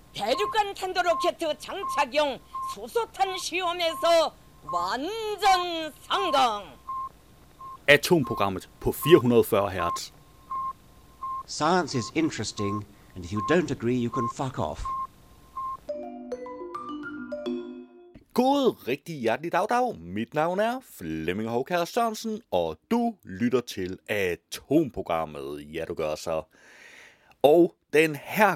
대륙간 탄도로켓 장착용 수소탄 시험에서 완전 성공. Atomprogrammet på 440 Hz. Science is interesting, and if you don't agree, you can fuck off. God rigtig hjertelig dag. Mit navn er Flemming Hovkær Sørensen, og du lytter til Atomprogrammet. Ja, du gør så. Og den her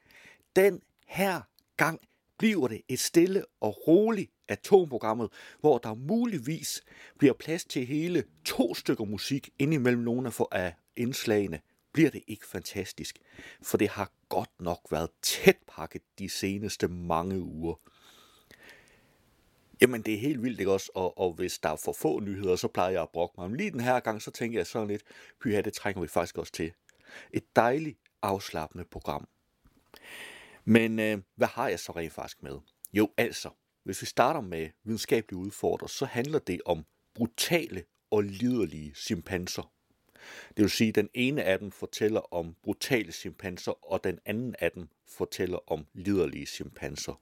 gang bliver det et stille og roligt Atomprogrammet, hvor der muligvis bliver plads til hele 2 stykker musik indimellem nogle af indslagene. Bliver det ikke fantastisk? For det har godt nok været tæt pakket de seneste mange uger. Jamen, det er helt vildt, ikke også? Og hvis der er for få nyheder, så plejer jeg at brokke mig. Men lige den her gang, så tænker jeg sådan lidt, pyha, det trænger vi faktisk også til. Et dejligt, afslappende program. Men hvad har jeg så rent faktisk med? Jo, altså, hvis vi starter med videnskabelige udfordringer, så handler det om brutale og liderlige chimpanser. Det vil sige, at den ene af dem fortæller om brutale chimpanser, og den anden af dem fortæller om liderlige chimpanser.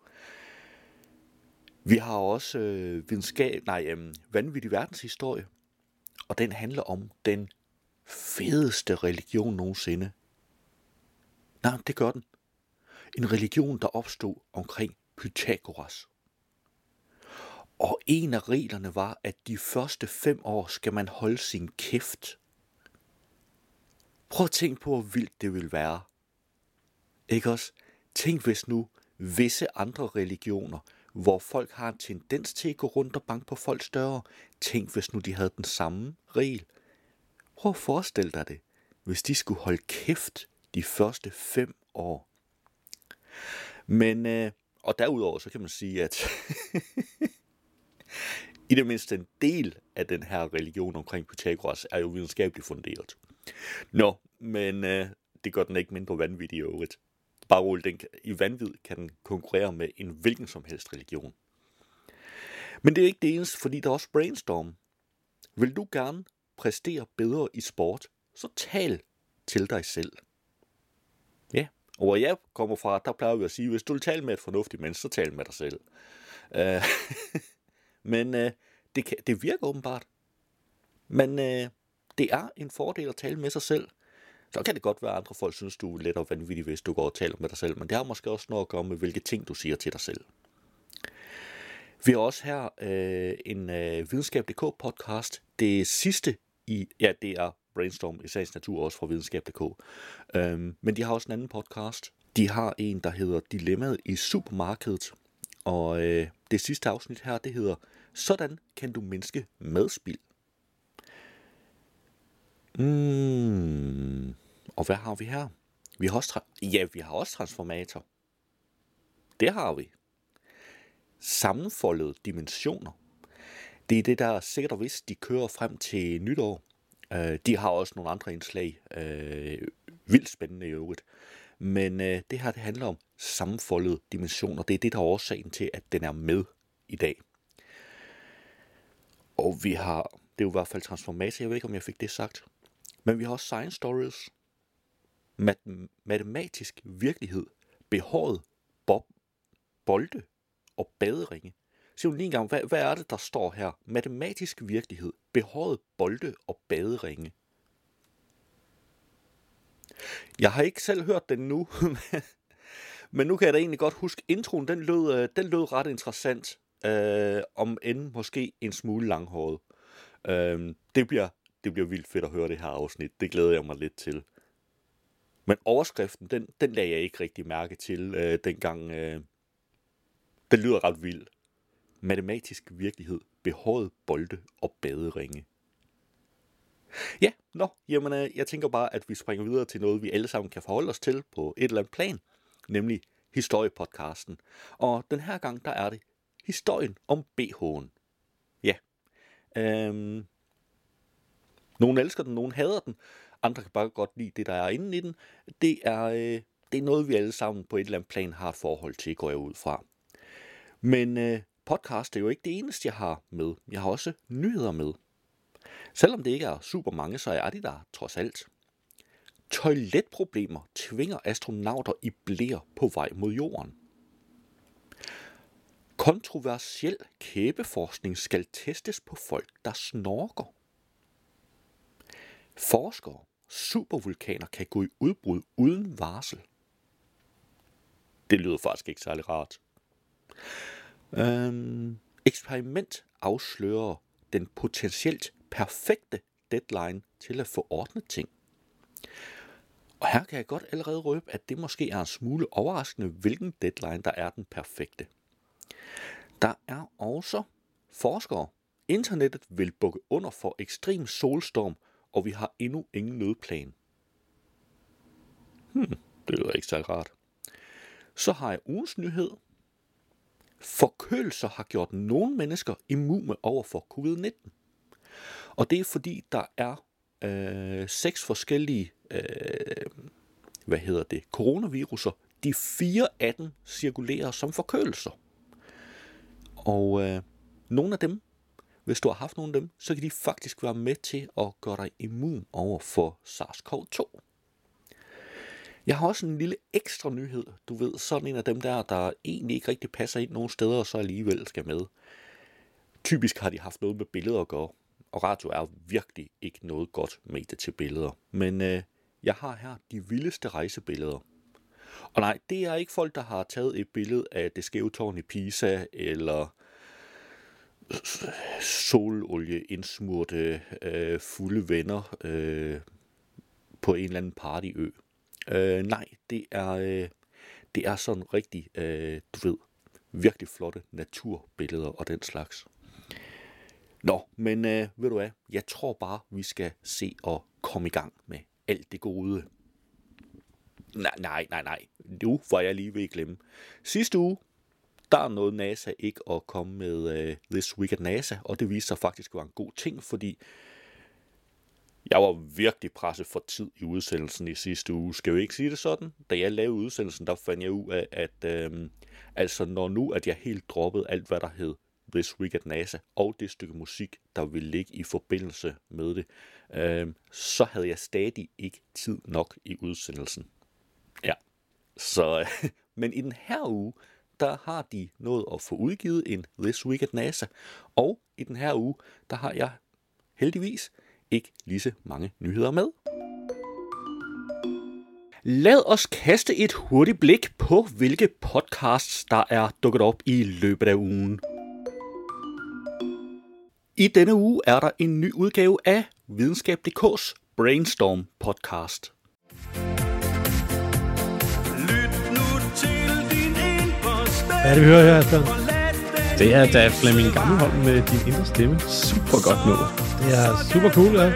Vi har også vanvittig verdenshistorie, og den handler om den fedeste religion nogensinde. Nej, det gør den. En religion, der opstod omkring Pythagoras. Og en af reglerne var, at de første 5 år skal man holde sin kæft. Prøv at tænke på, hvor vildt det vil være. Ikke også? Tænk hvis nu visse andre religioner, hvor folk har en tendens til at gå rundt og banke på folks døre. Tænk hvis nu de havde den samme regel. Prøv at forestille dig det, hvis de skulle holde kæft de første 5 år. Men, og derudover så kan man sige, at i det mindste en del af den her religion omkring Pythagoras er jo videnskabeligt funderet. Nå, men det gør den ikke mindre vanvittig i øvrigt. Bare roligt, i vanvid kan den konkurrere med en hvilken som helst religion. Men det er ikke det eneste, fordi der er også brainstorm. Vil du gerne præstere bedre i sport, så tal til dig selv. Ja, og hvor jeg kommer fra, der plejer vi at sige, hvis du vil tale med et fornuftigt menneske, så tal med dig selv. Men det virker åbenbart. Men det er en fordel at tale med sig selv. Så kan det godt være, at andre folk synes, du er let og vanvittig, hvis du går og taler med dig selv. Men det har måske også noget at gøre med, hvilke ting du siger til dig selv. Vi har også her en Videnskab.dk podcast. Det sidste det er Brainstorm i sagens natur også fra Videnskab.dk. Men de har også en anden podcast. De har en, der hedder Dilemmaet i supermarkedet. Og det sidste afsnit her, det hedder Sådan kan du mindske madspild. Og hvad har vi her? Vi har også transformator. Det har vi. Sammenfoldede dimensioner. Det er det, der sikkert og vist, de kører frem til nytår. De har også nogle andre indslag. Vildt spændende i øvrigt. Men det her, det handler om sammenfoldede dimensioner. Det er det, der er årsagen til, at den er med i dag. Og vi har, det er jo i hvert fald transformator. Jeg ved ikke, om jeg fik det sagt. Men vi har også science stories. Matematisk virkelighed. Behåret bolde og baderinge. Se lige en gang, hvad er det, der står her? Matematisk virkelighed. Behåret bolde og baderinge. Jeg har ikke selv hørt den nu, men nu kan jeg da egentlig godt huske, introen den lød ret interessant, om end måske en smule langhåret. Det bliver vildt fedt at høre det her afsnit, det glæder jeg mig lidt til. Men overskriften, den lagde jeg ikke rigtig mærke til dengang. Den lyder ret vild. Matematisk virkelighed, behåret bolde og baderinge. Ja, jamen jeg tænker bare, at vi springer videre til noget, vi alle sammen kan forholde os til på et eller andet plan, nemlig historiepodcasten. Og den her gang, der er det historien om BH'en. Ja, nogle elsker den, nogle hader den, andre kan bare godt lide det, der er inde i den. Det er noget, vi alle sammen på et eller andet plan har et forhold til, går jeg ud fra. Men podcast er jo ikke det eneste, jeg har med. Jeg har også nyheder med. Selvom det ikke er super mange, så er de der trods alt. Toiletproblemer tvinger astronauter i blære på vej mod jorden. Kontroversiel kæbeforskning skal testes på folk, der snorker. Forskere, supervulkaner kan gå i udbrud uden varsel. Det lyder faktisk ikke særlig rart. Eksperiment afslører den potentielt perfekte deadline til at få ordnet ting. Og her kan jeg godt allerede røbe, at det måske er en smule overraskende, hvilken deadline der er den perfekte. Der er også forskere. Internettet vil bukke under for ekstrem solstorm, og vi har endnu ingen nødplan. Det lyder ikke særlig rart. Så har jeg ugens nyhed. Forkølelser har gjort nogle mennesker immune over for covid-19. Og det er fordi, der er 6 forskellige coronaviruser. De 4 af dem cirkulerer som forkølelser. Og nogle af dem, hvis du har haft nogle af dem, så kan de faktisk være med til at gøre dig immun over for SARS-CoV-2. Jeg har også en lille ekstra nyhed. Du ved, sådan en af dem der egentlig ikke rigtig passer ind nogen steder, og så alligevel skal med. Typisk har de haft noget med billeder at gøre, og radio er virkelig ikke noget godt medie til billeder. Men jeg har her de vildeste rejsebilleder. Og nej, det er ikke folk, der har taget et billede af det skæve tårn i Pisa, eller sololie indsmurte fulde venner på en eller anden partyø. Nej, det er sådan rigtig, virkelig flotte naturbilleder og den slags. Nå, men ved du hvad, jeg tror bare, vi skal se og komme i gang med alt det gode. Nej. Nu var jeg lige ved at glemme. Sidste uge, der nåede NASA ikke at komme med This Week at NASA, og det viste sig faktisk at være en god ting, fordi jeg var virkelig presset for tid i udsendelsen i sidste uge. Skal jeg ikke sige det sådan? Da jeg lavede udsendelsen, der fandt jeg ud af, at når nu at jeg helt droppede alt, hvad der hed This Week at NASA, og det stykke musik, der ville ligge i forbindelse med det, så havde jeg stadig ikke tid nok i udsendelsen. Ja, så, men i den her uge, der har de nået at få udgivet en This Week at NASA, og i den her uge, der har jeg heldigvis ikke lige så mange nyheder med. Lad os kaste et hurtigt blik på, hvilke podcasts, der er dukket op i løbet af ugen. I denne uge er der en ny udgave af Videnskab.dk's Brainstorm podcast. Hvad er det, vi hører her, Asbjørn? Det er da Flemming Gammelholm med din indre stemme. Super godt nummer. Det er super cool, ja.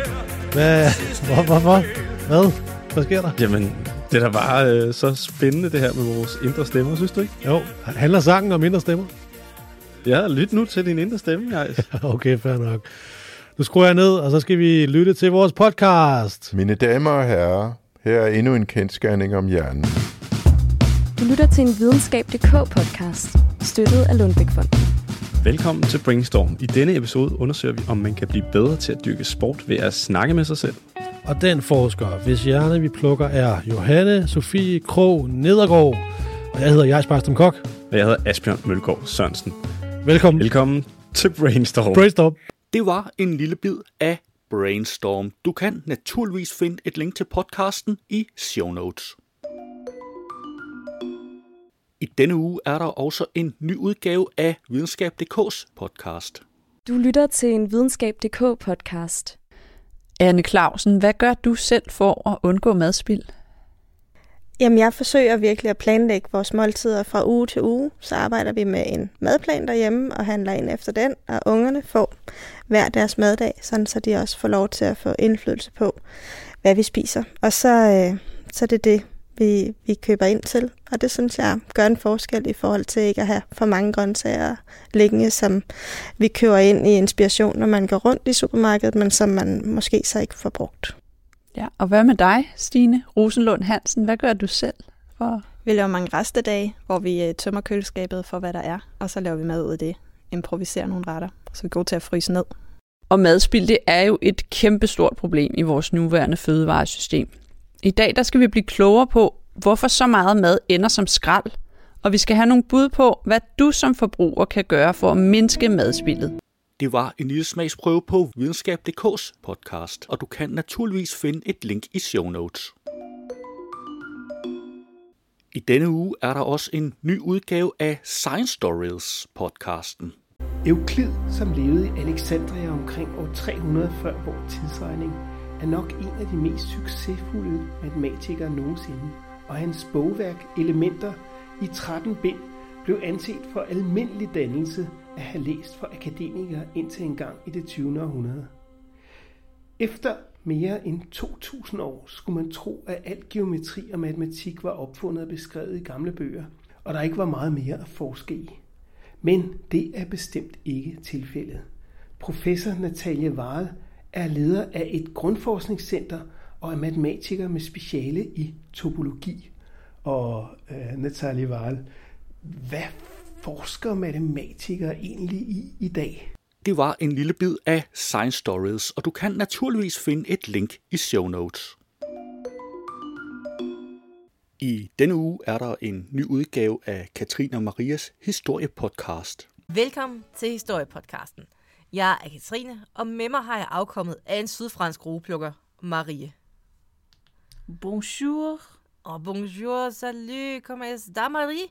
Hvad sker der? Jamen, det er da bare så spændende det her med vores indre stemmer, synes du ikke? Jo, handler sangen om indre stemmer? Ja, lyt nu til din indre stemme, Jais. Okay, fair nok. Nu skruer jeg ned, og så skal vi lytte til vores podcast. Mine damer og herrer, her er endnu en kendsgerning om hjernen. Du lytter til en Videnskab.dk-podcast, støttet af Lundbeck-fonden. Velkommen til Brainstorm. I denne episode undersøger vi, om man kan blive bedre til at dyrke sport ved at snakke med sig selv. Og den forsker, hvis hjerne vi plukker, er Johanne Sofie Krog Nedergaard. Og jeg hedder Jais Barstrom Kok. Og jeg hedder Asbjørn Mølgaard Sørensen. Velkommen. Velkommen til Brainstorm. Brainstorm. Det var en lille bid af Brainstorm. Du kan naturligvis finde et link til podcasten i show notes. I denne uge er der også en ny udgave af Videnskab.dk's podcast. Du lytter til en Videnskab.dk-podcast. Anne Clausen, hvad gør du selv for at undgå madspild? Jamen, jeg forsøger virkelig at planlægge vores måltider fra uge til uge. Så arbejder vi med en madplan derhjemme og handler ind efter den, og ungerne får hver deres maddag, sådan så de også får lov til at få indflydelse på, hvad vi spiser. Og så er det, vi køber ind til, og det synes jeg gør en forskel i forhold til ikke at have for mange grøntsager liggende, som vi køber ind i inspiration, når man går rundt i supermarkedet, men som man måske så ikke får brugt. Ja, og hvad med dig, Stine Rosenlund Hansen? Hvad gør du selv for? Vi laver mange restedage, hvor vi tømmer køleskabet for, hvad der er, og så laver vi mad ud af det. Improviserer nogle retter, så vi er gode til at fryse ned. Og madspild, det er jo et kæmpestort problem i vores nuværende fødevaresystem. I dag der skal vi blive klogere på, hvorfor så meget mad ender som skrald, Og vi skal have nogle bud på, hvad du som forbruger kan gøre for at mindske madspildet. Det var en lille smagsprøve på videnskab.dk's podcast, og du kan naturligvis finde et link i show notes. I denne uge er der også en ny udgave af Science Stories podcasten. Euklid, som levede i Alexandria omkring år 300 før vores tidsregning, er nok en af de mest succesfulde matematikere nogensinde, og hans bogværk Elementer i 13 bind blev anset for almindelig dannelse at have læst for akademikere indtil engang i det 20. århundrede. Efter mere end 2000 år skulle man tro, at al geometri og matematik var opfundet og beskrevet i gamle bøger, og der ikke var meget mere at forske i. Men det er bestemt ikke tilfældet. Professor Natalie Wahl er leder af et grundforskningscenter og er matematiker med speciale i topologi. Og Natalie Wahl, hvad forsker matematikere egentlig i dag? Det var en lille bid af Science Stories, og du kan naturligvis finde et link i show notes. I denne uge er der en ny udgave af Katrine og Marias historiepodcast. Velkommen til historiepodcasten. Jeg er Katrine, og med mig har jeg afkommet af en sydfransk rugeplukker, Marie. Bonjour. Oh, bonjour, salut, comment est-ce, Marie?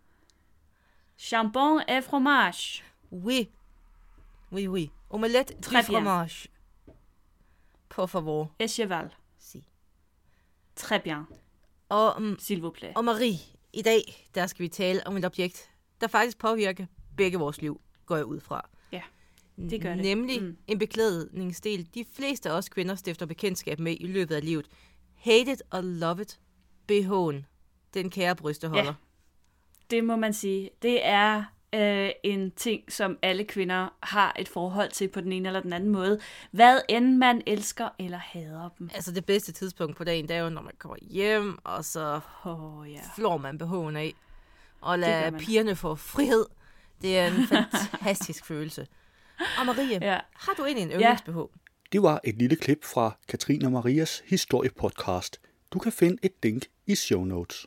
Jambon et fromage. Oui. Oui, oui. Omelette et fromage. Por favor. Et cheval. Si. Très bien. Og, s'il vous plaît. Og Marie, i dag, der skal vi tale om et objekt, der faktisk påvirker begge vores liv, går jeg ud fra. Ja, det gør det. Nemlig en beklædningsdel, de fleste af os kvinder stifter bekendtskab med i løbet af livet. Hate it or love it. BH'en. Den kære brysteholder. Ja, det må man sige. Det er en ting, som alle kvinder har et forhold til på den ene eller den anden måde. Hvad end man elsker eller hader dem. Altså det bedste tidspunkt på dagen, det er jo, når man kommer hjem, og så flår man BH'en af. Og lader pigerne få frihed. Det er en fantastisk følelse. Og Marie, har du egentlig en yndlings-BH? Det var et lille klip fra Katrine og Marias historiepodcast. Du kan finde et link i show notes.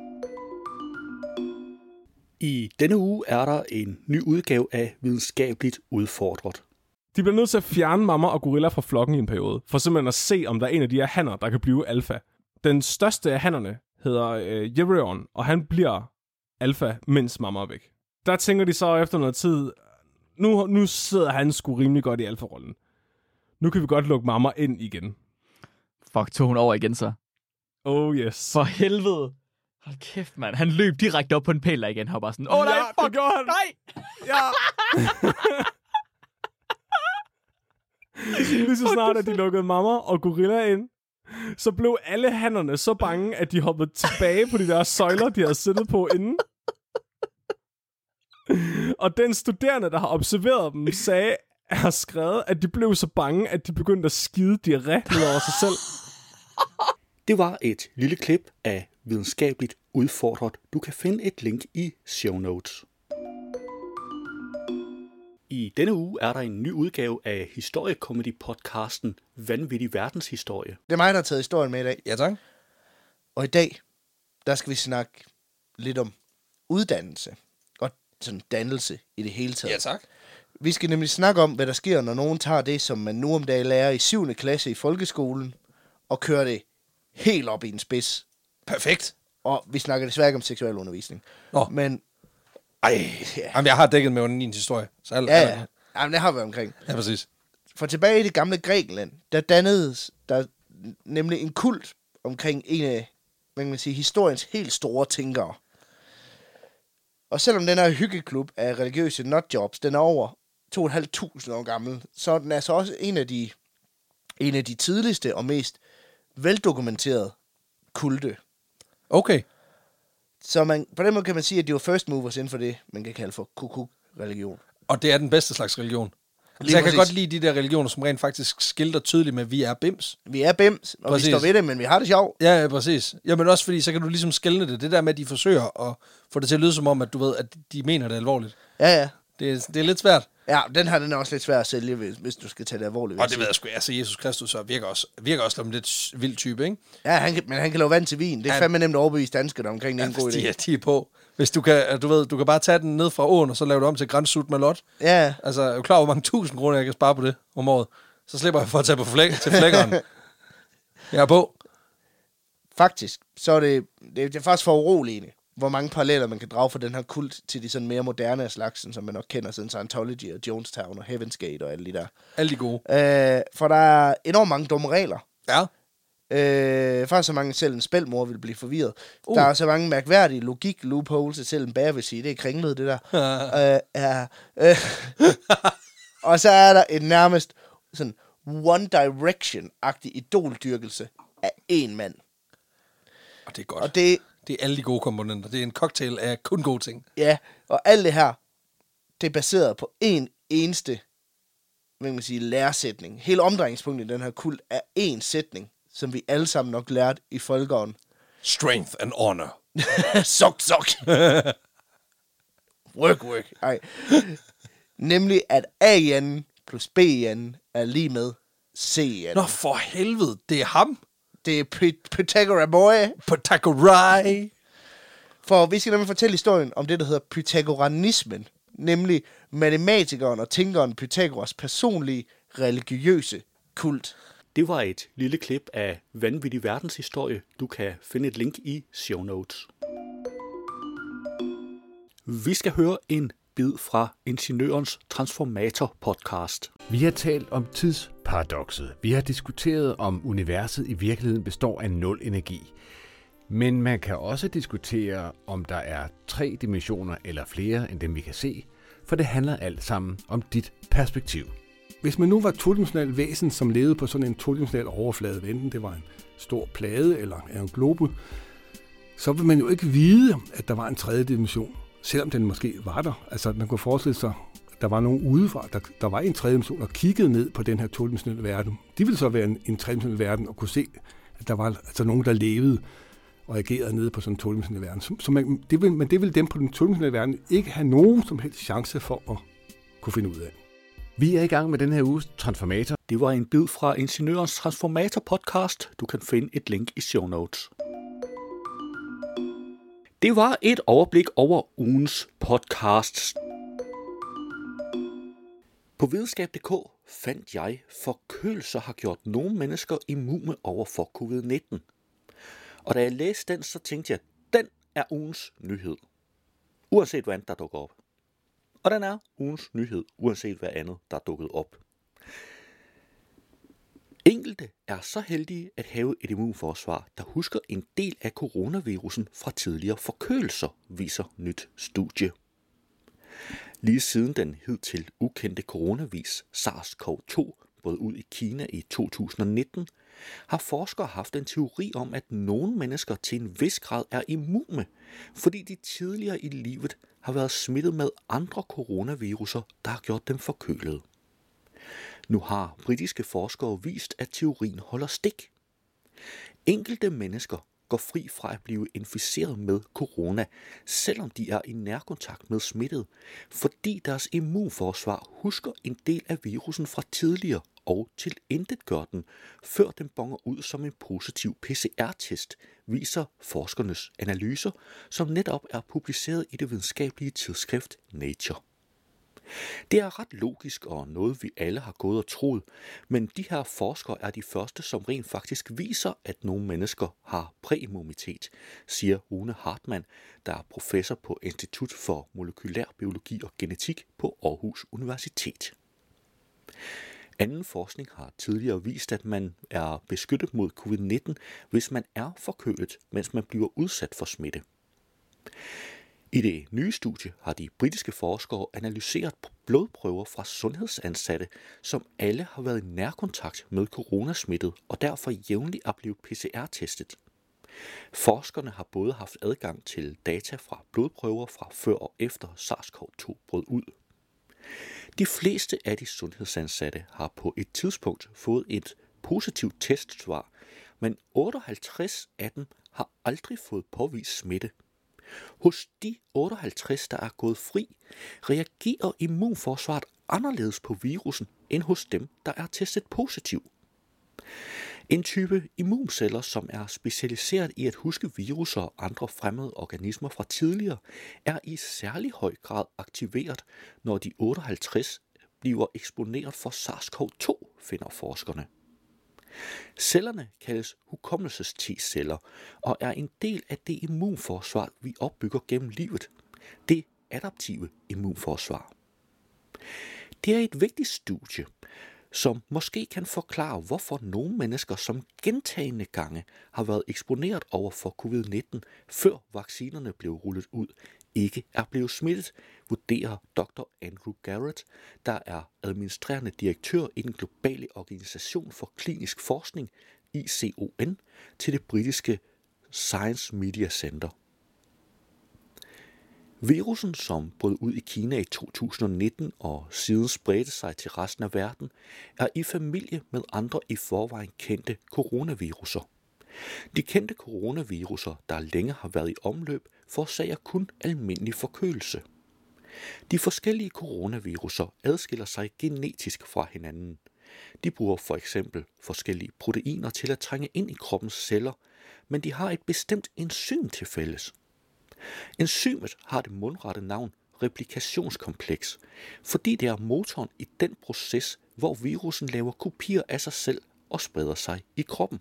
I denne uge er der en ny udgave af Videnskabeligt Udfordret. De bliver nødt til at fjerne mamma og gorilla fra flokken i en periode, for simpelthen at se, om der er en af de her hanner, der kan blive alfa. Den største af hannerne hedder Jerion, og han bliver alfa, mens mamma er væk. Der tænker de så efter noget tid, nu sidder han sgu rimelig godt i alfa-rollen. Nu kan vi godt lukke mamma ind igen. Fuck, tog hun over igen så? Oh yes. For helvede. Hold kæft, mand. Han løb direkte op på en pæl der igen. Han var bare sådan, nej, fuck, det gjorde han. Nej! Ja. Lige så snart, at de lukkede mamma og gorilla ind, så blev alle hannerne så bange, at de hoppede tilbage på de der søjler, de havde siddet på inden. Og den studerende, der har observeret dem, har skrevet, at de blev så bange, at de begyndte at skide diarré ned over sig selv. Det var et lille klip af Videnskabeligt Udfordret. Du kan finde et link i show notes. I denne uge er der en ny udgave af historiekomedy-podcasten Vanvittig Verdenshistorie. Det er mig, der har taget historien med i dag. Ja, tak. Og i dag, der skal vi snakke lidt om uddannelse og sådan dannelse i det hele taget. Ja, tak. Vi skal nemlig snakke om, hvad der sker, når nogen tager det, som man nu om dagen lærer i 7. klasse i folkeskolen, og kører det helt op i en spids. Perfekt. Og vi snakker desværre ikke om seksualundervisning. Nå. Men... Jamen, jeg har dækket med under din historie. Så ja. Jamen, det har vi omkring. Ja, præcis. For tilbage i det gamle Grækenland, der dannedes der nemlig en kult omkring en af, hvad kan man sige, historiens helt store tænkere. Og selvom den her hyggeklub af religiøse nutjobs, den er over 2.500 år gammel, så er den altså også en af de tidligste og mest veldokumenterede kulte. Okay. Så på den måde kan man sige, at de var first movers inden for det, man kan kalde for kukuk-religion. Og det er den bedste slags religion. Så jeg kan godt lide de der religioner, som rent faktisk skilter tydeligt med, at vi er bims. Vi er bims, og præcis. Vi står ved det, men vi har det sjovt. Ja, præcis. Jamen også fordi, så kan du ligesom skelne det. Det der med, at de forsøger at få det til at lyde som om, at du ved, at de mener det alvorligt. Ja. Det er lidt svært. Ja, den er også lidt svær at sælge, hvis du skal tage det alvorligt. Og det ved jeg sgu. Altså, Jesus Kristus så virker også som en lidt vild type, ikke? Ja, men han kan lave vand til vin. Det er fandme nemt at overbevise danskerne omkring, det er en god idé. De er på. Hvis du kan, du kan bare tage den ned fra åen, og så lave det om til grænsut med lot. Ja. Altså, er du klar over, hvor mange 1000 kroner, jeg kan spare på det om året? Så slipper jeg for at tage på til flækkeren. Jeg er på. Faktisk, så er det er faktisk for uroligende, hvor mange paralleller man kan drage fra den her kult til de sådan mere moderne af slagsen, som man nok kender siden Scientology og Jonestown og Heaven's Gate og alle de der. Alle de gode. For der er enormt mange dumme regler. Ja. Faktisk så mange, selv en spælmor vil blive forvirret. Der er så mange mærkværdige logik-loopholes, at selv en bager vil sige, det er kringlet, det der. Og så er der et nærmest sådan One Direction-agtig idoldyrkelse af én mand. Og det er godt. Og det er alle de gode komponenter. Det er en cocktail af kun gode ting. Ja, og alt det her, det er baseret på en eneste, hvad kan man sige, læresætning. Hele omdrejningspunktet i den her kult er én sætning, som vi alle sammen nok lærte i folkeånden. Strength and honor. Sok. Work. Ej. Nemlig, at A i anden plus B i anden er lige med C i anden. Nå, for helvede, det er ham. Det er Pythagoras boy. Pythagoras. For vi skal nemlig fortælle historien om det, der hedder pythagoranismen. Nemlig matematikeren og tænkeren Pythagoras personlige religiøse kult. Det var et lille klip af vanvittig verdenshistorie. Du kan finde et link i show notes. Vi skal høre en bid fra Ingeniørens Transformator podcast. Vi har talt om tidsparadoxet. Vi har diskuteret, om universet i virkeligheden består af 0 energi. Men man kan også diskutere, om der er 3 dimensioner eller flere end dem, vi kan se, for det handler alt sammen om dit perspektiv. Hvis man nu var et todimensionelt væsen, som levede på sådan en todimensionel overflade, enten det var en stor plade eller en globe, så vil man jo ikke vide, at der var en 3. dimension, selvom den måske var der. Altså, man kunne forestille sig, at der var nogen udefra, der var en 3. dimension, og kiggede ned på den her todimensionelle verden. De ville så være en 3-dimensionel verden, og kunne se, at der var altså nogen, der levede og agerede nede på sådan en todimensionel verden. Men det vil dem på den todimensionelle verden ikke have nogen som helst chance for at kunne finde ud af. Vi er i gang med den her uges Transformator. Det var en bid fra Ingeniørens Transformator podcast. Du kan finde et link i show notes. Det var et overblik over ugens podcasts. På videnskab.dk fandt jeg, forkølelser har gjort nogle mennesker immune over for covid-19. Og da jeg læste den, så tænkte jeg, den er ugens nyhed. Uanset hvad andet der dukker op. Og den er ugens nyhed, uanset hvad andet der er dukket op. Enkelte er så heldige at have et immunforsvar, der husker en del af coronavirusen fra tidligere forkølelser, viser nyt studie. Lige siden den hidtil ukendte coronavirus SARS-CoV-2 brød ud i Kina i 2019, har forskere haft en teori om, at nogle mennesker til en vis grad er immune, fordi de tidligere i livet har været smittet med andre coronaviruser, der har gjort dem forkølede. Nu har britiske forskere vist, at teorien holder stik. Enkelte mennesker går fri fra at blive inficeret med corona, selvom de er i nærkontakt med smittet, fordi deres immunforsvar husker en del af virusen fra tidligere og tilintetgør den, før den bonger ud som en positiv PCR-test, viser forskernes analyser, som netop er publiceret i det videnskabelige tidsskrift Nature. Det er ret logisk og noget, vi alle har gået og troet, men de her forskere er de første, som rent faktisk viser, at nogle mennesker har præimmunitet, siger Rune Hartmann, der er professor på Institut for Molekylær Biologi og Genetik på Aarhus Universitet. Anden forskning har tidligere vist, at man er beskyttet mod covid-19, hvis man er forkølet, mens man bliver udsat for smitte. I det nye studie har de britiske forskere analyseret blodprøver fra sundhedsansatte, som alle har været i nærkontakt med coronasmittet og derfor jævnligt er blevet PCR-testet. Forskerne har både haft adgang til data fra blodprøver fra før og efter SARS-CoV-2 brød ud. De fleste af de sundhedsansatte har på et tidspunkt fået et positivt testsvar, men 58 af dem har aldrig fået påvist smitte. Hos de 58, der er gået fri, reagerer immunforsvaret anderledes på virussen end hos dem, der er testet positiv. En type immunceller, som er specialiseret i at huske viruser og andre fremmede organismer fra tidligere, er i særlig høj grad aktiveret, når de 58 bliver eksponeret for SARS-CoV-2, finder forskerne. Cellerne kaldes hukommelses-T-celler og er en del af det immunforsvar, vi opbygger gennem livet. Det adaptive immunforsvar. Det er et vigtigt studie, som måske kan forklare, hvorfor nogle mennesker, som gentagne gange har været eksponeret over for covid-19, før vaccinerne blev rullet ud, ikke er blevet smittet, vurderer Dr. Andrew Garrett, der er administrerende direktør i den globale organisation for klinisk forskning, ICON, til det britiske Science Media Center. Virussen, som brød ud i Kina i 2019 og siden spredte sig til resten af verden, er i familie med andre i forvejen kendte coronaviruser. De kendte coronaviruser, der længe har været i omløb, forårsager kun almindelig forkølelse. De forskellige coronaviruser adskiller sig genetisk fra hinanden. De bruger for eksempel forskellige proteiner til at trænge ind i kroppens celler, men de har et bestemt enzym til fælles. Enzymet har det mundrette navn replikationskompleks, fordi det er motoren i den proces, hvor virussen laver kopier af sig selv og spreder sig i kroppen.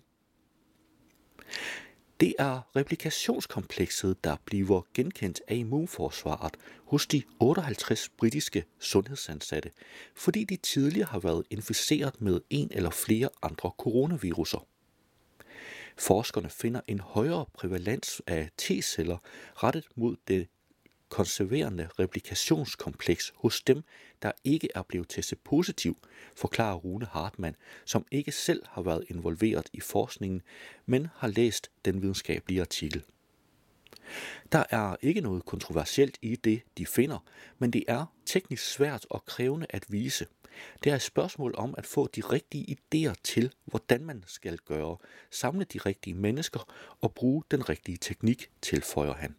Det er replikationskomplekset, der bliver genkendt af immunforsvaret hos de 58 britiske sundhedsansatte, fordi de tidligere har været inficeret med en eller flere andre coronaviruser. Forskerne finder en højere prævalens af T-celler rettet mod det konserverende replikationskompleks hos dem, der ikke er blevet testet positiv, forklarer Rune Hartmann, som ikke selv har været involveret i forskningen, men har læst den videnskabelige artikel. Der er ikke noget kontroversielt i det, de finder, men det er teknisk svært og krævende at vise. Det er et spørgsmål om at få de rigtige idéer til, hvordan man skal gøre, samle de rigtige mennesker og bruge den rigtige teknik, tilføjer han.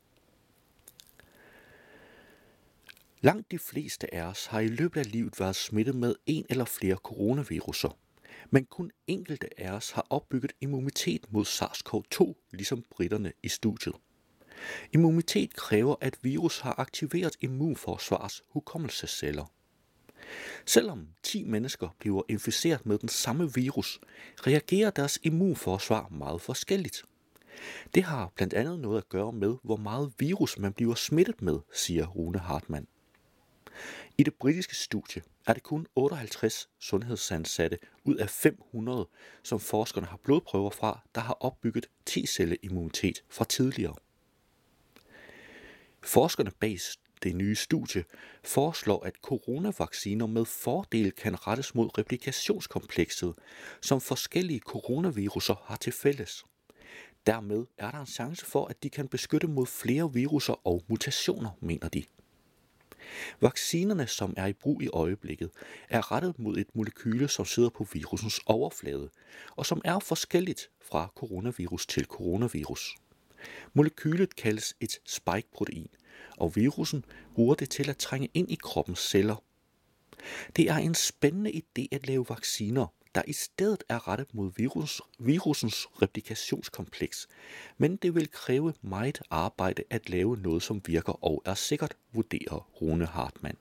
Langt de fleste af os har i løbet af livet været smittet med en eller flere coronaviruser, men kun enkelte af os har opbygget immunitet mod SARS-CoV-2, ligesom britterne i studiet. Immunitet kræver, at virus har aktiveret immunforsvarets hukommelsesceller. Selvom 10 mennesker bliver inficeret med den samme virus, reagerer deres immunforsvar meget forskelligt. Det har blandt andet noget at gøre med, hvor meget virus man bliver smittet med, siger Rune Hartmann. I det britiske studie er det kun 58 sundhedsansatte ud af 500, som forskerne har blodprøver fra, der har opbygget T-celleimmunitet fra tidligere. Forskerne bag det nye studie foreslår, at coronavacciner med fordel kan rettes mod replikationskomplekset, som forskellige coronaviruser har til fælles. Dermed er der en chance for, at de kan beskytte mod flere viruser og mutationer, mener de. Vaccinerne, som er i brug i øjeblikket, er rettet mod et molekyle, som sidder på virusens overflade, og som er forskelligt fra coronavirus til coronavirus. Molekylet kaldes et spike-protein, og virussen bruger det til at trænge ind i kroppens celler. Det er en spændende idé at lave vacciner, der i stedet er rettet mod virusens replikationskompleks, men det vil kræve meget arbejde at lave noget, som virker og er sikkert, vurderer Rune Hartmann.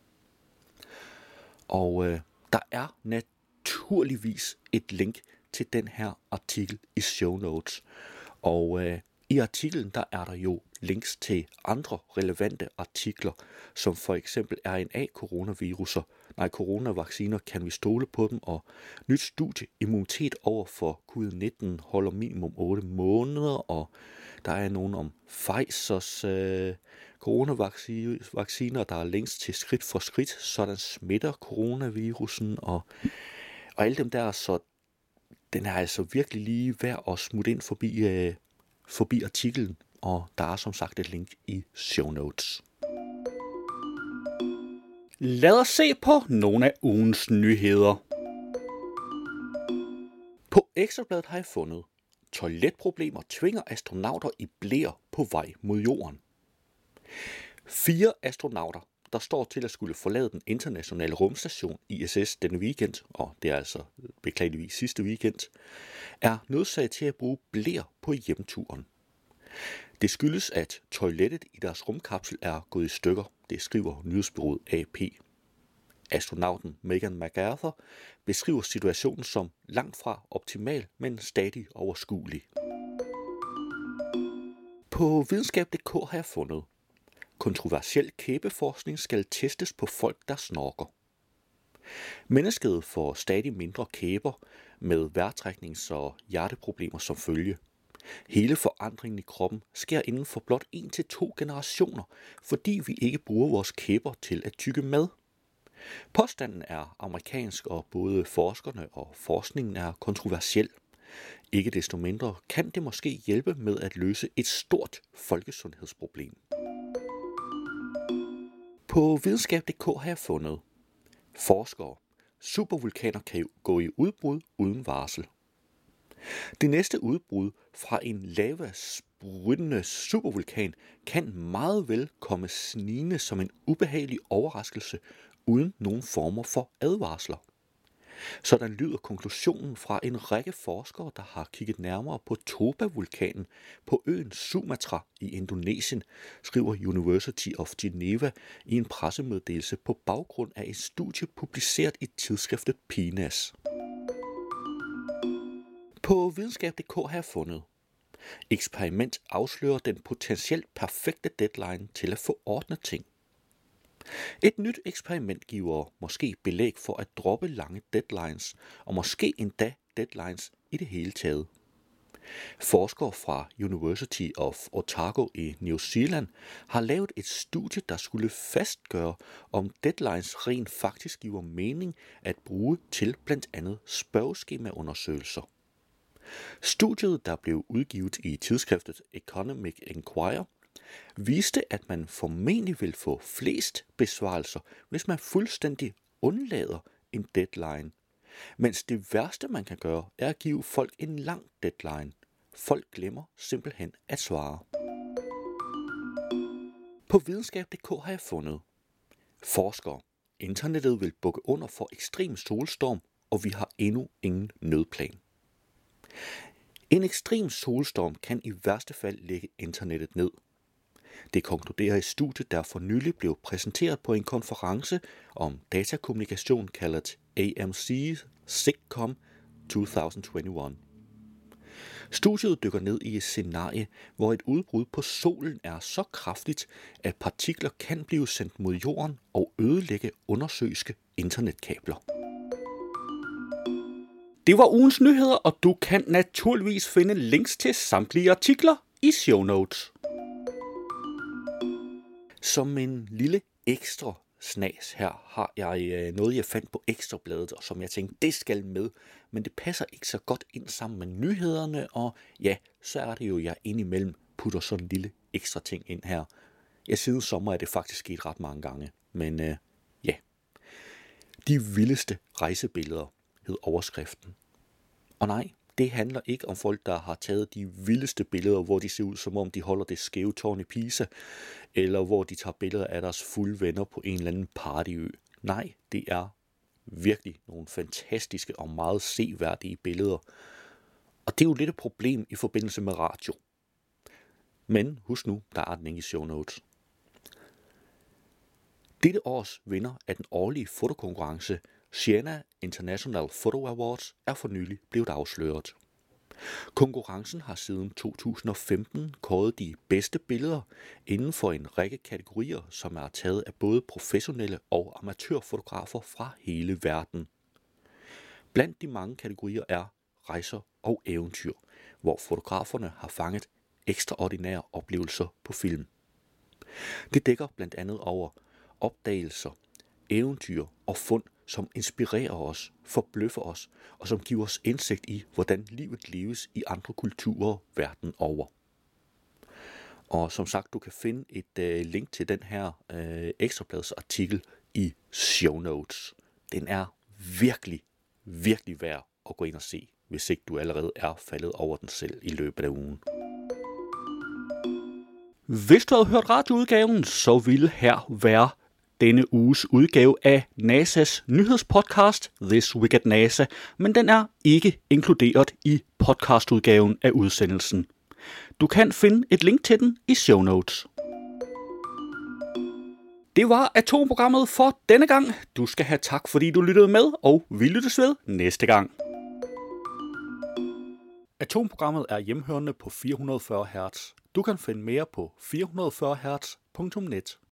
Og der er naturligvis et link til den her artikel i show notes, og i artiklen der er der jo links til andre relevante artikler, som for eksempel coronavacciner, kan vi stole på dem, og nyt studie, immunitet over for covid-19 holder minimum 8 måneder, og der er nogen om Pfizers coronavacciner, der er links til skridt for skridt, sådan smitter coronavirusen, og alle dem der, så den er altså virkelig lige værd at smutte ind forbi artiklen, og der er som sagt et link i show notes. Lad os se på nogle af ugens nyheder. På Ekstrabladet har jeg fundet: toiletproblemer tvinger astronauter i blæer på vej mod jorden. 4 astronauter, der står til at skulle forlade den internationale rumstation ISS denne weekend, og det er altså beklageligvis sidste weekend, er nødsaget til at bruge bler på hjemturen. Det skyldes, at toilettet i deres rumkapsel er gået i stykker, det skriver nyhedsbureauet AP. Astronauten Megan McArthur beskriver situationen som langt fra optimal, men stadig overskuelig. På videnskab.dk har jeg fundet: kontroversiel kæbeforskning skal testes på folk, der snorker. Mennesket får stadig mindre kæber med vejrtræknings- og hjerteproblemer som følge. Hele forandringen i kroppen sker inden for blot 1-2 generationer, fordi vi ikke bruger vores kæber til at tygge mad. Påstanden er amerikansk, og både forskerne og forskningen er kontroversiel. Ikke desto mindre kan det måske hjælpe med at løse et stort folkesundhedsproblem. På videnskab.dk har jeg fundet: forskere: supervulkaner kan gå i udbrud uden varsel. Det næste udbrud fra en lavasprydende supervulkan kan meget vel komme snigende som en ubehagelig overraskelse uden nogen former for advarsler. Sådan lyder konklusionen fra en række forskere, der har kigget nærmere på Toba-vulkanen på øen Sumatra i Indonesien, skriver University of Geneva i en pressemeddelelse på baggrund af et studie publiceret i tidsskriftet PNAS. På videnskab.dk har jeg fundet: eksperiment afslører den potentielt perfekte deadline til at få ordnet ting. Et nyt eksperiment giver måske belæg for at droppe lange deadlines, og måske endda deadlines i det hele taget. Forskere fra University of Otago i New Zealand har lavet et studie, der skulle fastgøre, om deadlines rent faktisk giver mening at bruge til blandt andet spørgeskemaundersøgelser. Studiet, der blev udgivet i tidsskriftet Economic Enquirer, viste, at man formentlig vil få flest besvarelser, hvis man fuldstændig undlader en deadline. Mens det værste, man kan gøre, er at give folk en lang deadline. Folk glemmer simpelthen at svare. På videnskab.dk har jeg fundet: forskere: internettet vil bukke under for ekstrem solstorm, og vi har endnu ingen nødplan. En ekstrem solstorm kan i værste fald lægge internettet ned. Det konkluderer et studie, der for nylig blev præsenteret på en konference om datakommunikation kaldet AMC SIGCOMM 2021. Studiet dykker ned i et scenarie, hvor et udbrud på solen er så kraftigt, at partikler kan blive sendt mod jorden og ødelægge undersøiske internetkabler. Det var ugens nyheder, og du kan naturligvis finde links til samtlige artikler i show notes. Som en lille ekstra snas her har jeg noget, jeg fandt på Ekstrabladet, og som jeg tænkte, det skal med, men det passer ikke så godt ind sammen med nyhederne, og ja, så er det jo, jeg indimellem putter sådan en lille ekstra ting ind her. Siden sommer er det faktisk sket ret mange gange, men ja. De vildeste rejsebilleder hed overskriften. Og nej, det handler ikke om folk, der har taget de vildeste billeder, hvor de ser ud, som om de holder det skæve tårn i Pisa, eller hvor de tager billeder af deres fulde venner på en eller anden partyø. Nej, det er virkelig nogle fantastiske og meget seværdige billeder. Og det er jo lidt et problem i forbindelse med radio. Men husk nu, der er den ikke i show notes. Dette års vinder af den årlige fotokonkurrence Siena International Photo Awards er for nylig blevet afsløret. Konkurrencen har siden 2015 kåret de bedste billeder inden for en række kategorier, som er taget af både professionelle og amatørfotografer fra hele verden. Blandt de mange kategorier er rejser og eventyr, hvor fotograferne har fanget ekstraordinære oplevelser på film. Det dækker blandt andet over opdagelser, eventyr og fund, som inspirerer os, forbløffer os, og som giver os indsigt i, hvordan livet leves i andre kulturer verden over. Og som sagt, du kan finde et link til den her Ekstrabladets artikel i show notes. Den er virkelig, virkelig værd at gå ind og se, hvis ikke du allerede er faldet over den selv i løbet af ugen. Hvis du havde hørt radioudgaven, så ville her være denne uges udgave af NASA's nyhedspodcast This Week at NASA, men den er ikke inkluderet i podcastudgaven af udsendelsen. Du kan finde et link til den i show notes. Det var Atomprogrammet for denne gang. Du skal have tak, fordi du lyttede med, og vi lyttes ved næste gang. Atomprogrammet er hjemhørende på 440 Hz. Du kan finde mere på 440hz.net.